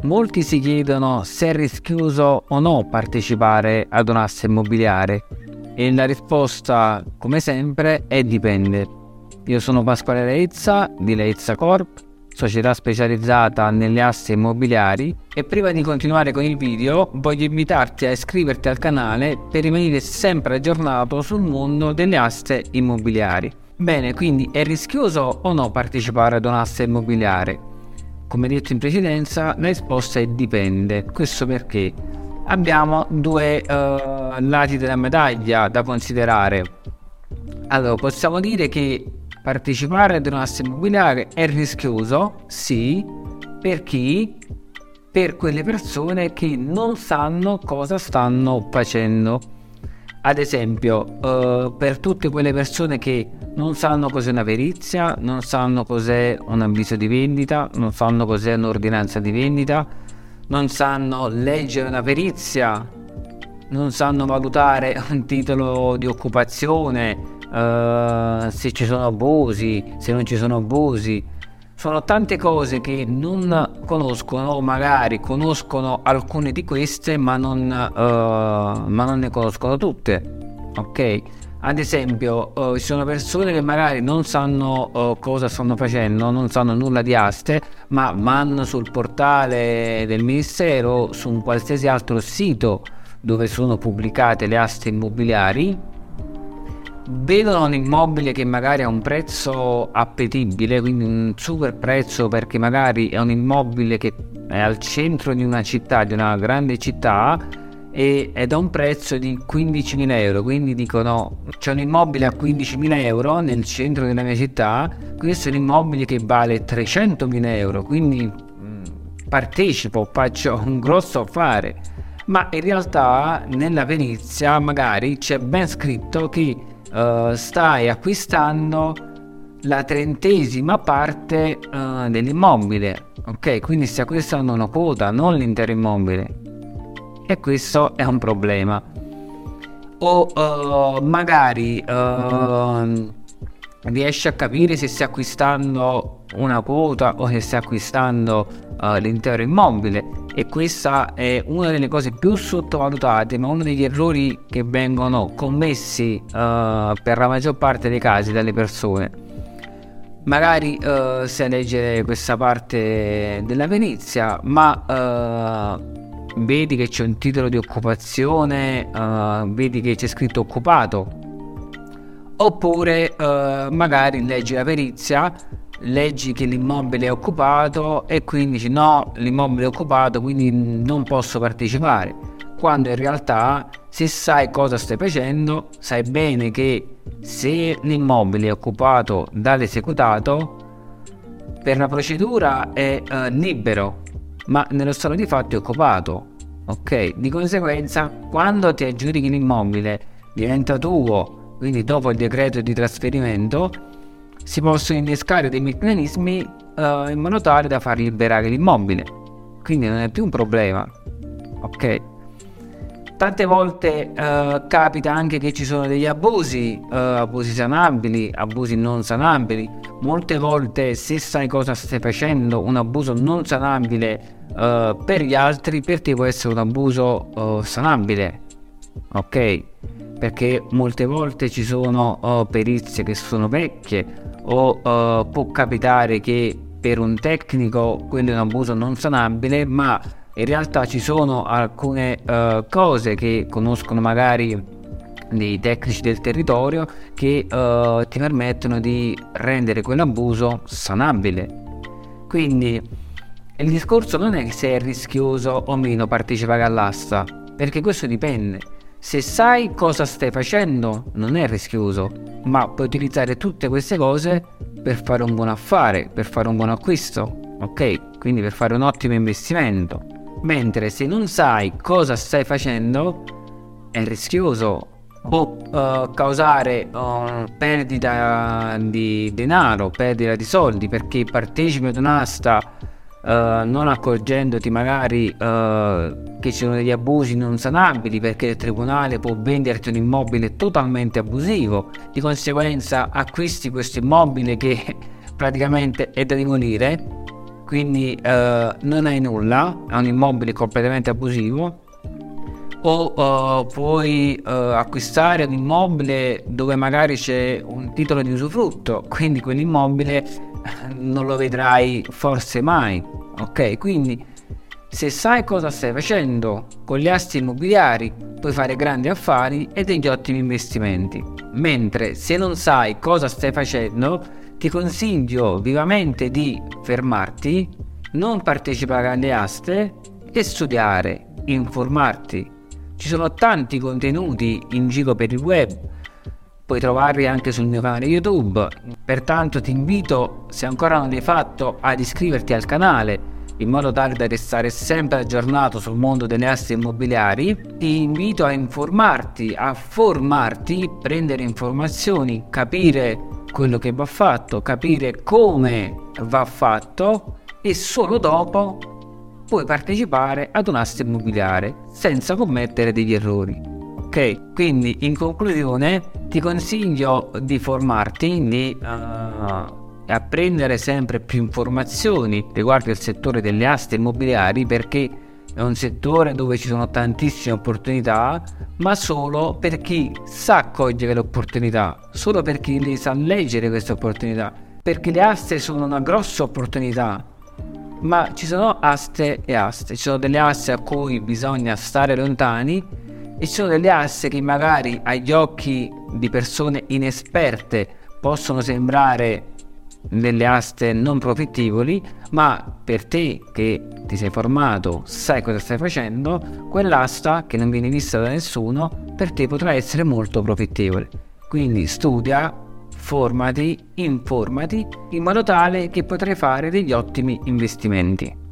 Molti si chiedono se è rischioso o no partecipare ad un'asta immobiliare e la risposta, come sempre, è dipende. Io sono Pasquale Leizza di Leizza Corp, società specializzata nelle aste immobiliari, e prima di continuare con il video voglio invitarti a iscriverti al canale per rimanere sempre aggiornato sul mondo delle aste immobiliari. Bene, quindi è rischioso o no partecipare ad un'asta immobiliare? Come detto in precedenza, la risposta è dipende. Questo perché abbiamo due lati della medaglia da considerare. Allora, possiamo dire che partecipare ad un'asta immobiliare è rischioso, sì, per chi? Per quelle persone che non sanno cosa stanno facendo. Ad esempio, per tutte quelle persone che non sanno cos'è una perizia, non sanno cos'è un avviso di vendita, non sanno cos'è un'ordinanza di vendita, non sanno leggere una perizia, non sanno valutare un titolo di occupazione, se ci sono abusi, se non ci sono abusi. Sono tante cose che non conoscono, o magari conoscono alcune di queste ma non ne conoscono tutte, ok? Ad esempio, ci sono persone che magari non sanno cosa stanno facendo, non sanno nulla di aste, ma vanno sul portale del Ministero, su un qualsiasi altro sito dove sono pubblicate le aste immobiliari, vedono un immobile che magari ha un prezzo appetibile, quindi un super prezzo, perché magari è un immobile che è al centro di una città, di una grande città, ed ha un prezzo di 15.000 euro, quindi dicono c'è un immobile a 15.000 euro nel centro della mia città, questo è un immobile che vale 300.000 euro, quindi partecipo, faccio un grosso affare. Ma in realtà nella perizia magari c'è ben scritto che stai acquistando la 30ª parte dell'immobile, ok? Quindi stai acquistando una quota, non l'intero immobile, e questo è un problema. O magari riesci a capire se stai acquistando una quota o se stai acquistando l'intero immobile, e questa è una delle cose più sottovalutate, ma uno degli errori che vengono commessi per la maggior parte dei casi dalle persone. Magari sai leggere questa parte della perizia, ma vedi che c'è un titolo di occupazione, vedi che c'è scritto occupato, oppure magari leggi la perizia, leggi che l'immobile è occupato e quindi dici no, l'immobile è occupato, quindi non posso partecipare, quando in realtà, se sai cosa stai facendo, sai bene che se l'immobile è occupato dall'esecutato, per la procedura è libero, ma nello stato di fatto è occupato, ok? Di conseguenza, quando ti aggiudichi l'immobile diventa tuo, quindi dopo il decreto di trasferimento si possono innescare dei meccanismi in modo tale da far liberare l'immobile, quindi non è più un problema, ok? Tante volte capita anche che ci sono degli abusi, abusi sanabili, abusi non sanabili. Molte volte, se sai cosa stai facendo, un abuso non sanabile per gli altri, per te può essere un abuso sanabile, ok? Perché molte volte ci sono perizie che sono vecchie, o può capitare che per un tecnico quello è un abuso non sanabile, ma in realtà ci sono alcune cose che conoscono magari dei tecnici del territorio che ti permettono di rendere quell'abuso sanabile. Quindi il discorso non è se è rischioso o meno partecipare all'asta, perché questo dipende. Se sai cosa stai facendo non è rischioso, ma puoi utilizzare tutte queste cose per fare un buon affare, per fare un buon acquisto, ok? Quindi per fare un ottimo investimento. Mentre se non sai cosa stai facendo è rischioso, può causare perdita di denaro, perdita di soldi, perché partecipi ad un'asta non accorgendoti magari che ci sono degli abusi non sanabili, perché il tribunale può venderti un immobile totalmente abusivo, di conseguenza acquisti questo immobile che praticamente è da demolire, quindi non hai nulla, è un immobile completamente abusivo, o puoi acquistare un immobile dove magari c'è un titolo di usufrutto, quindi quell'immobile non lo vedrai forse mai, ok? Quindi se sai cosa stai facendo con gli asset immobiliari puoi fare grandi affari e degli ottimi investimenti, mentre se non sai cosa stai facendo ti consiglio vivamente di fermarti, non partecipare alle aste e studiare, informarti. Ci sono tanti contenuti in giro per il web, puoi trovarli anche sul mio canale YouTube, pertanto ti invito, se ancora non l'hai fatto, ad iscriverti al canale in modo tale da restare sempre aggiornato sul mondo delle aste immobiliari. Ti invito a informarti, a formarti, prendere informazioni, capire quello che va fatto, capire come va fatto e solo dopo puoi partecipare ad un'asta immobiliare senza commettere degli errori. Ok? Quindi in conclusione ti consiglio di formarti, di apprendere sempre più informazioni riguardo il settore delle aste immobiliari, perché è un settore dove ci sono tantissime opportunità, ma solo per chi sa cogliere le opportunità, solo per chi le sa leggere queste opportunità, perché le aste sono una grossa opportunità, ma ci sono aste e aste. Ci sono delle aste a cui bisogna stare lontani e ci sono delle aste che magari agli occhi di persone inesperte possono sembrare delle aste non profittevoli, ma per te che ti sei formato, sai cosa stai facendo, quell'asta che non viene vista da nessuno per te potrà essere molto profittevole. Quindi studia, formati, informati in modo tale che potrai fare degli ottimi investimenti.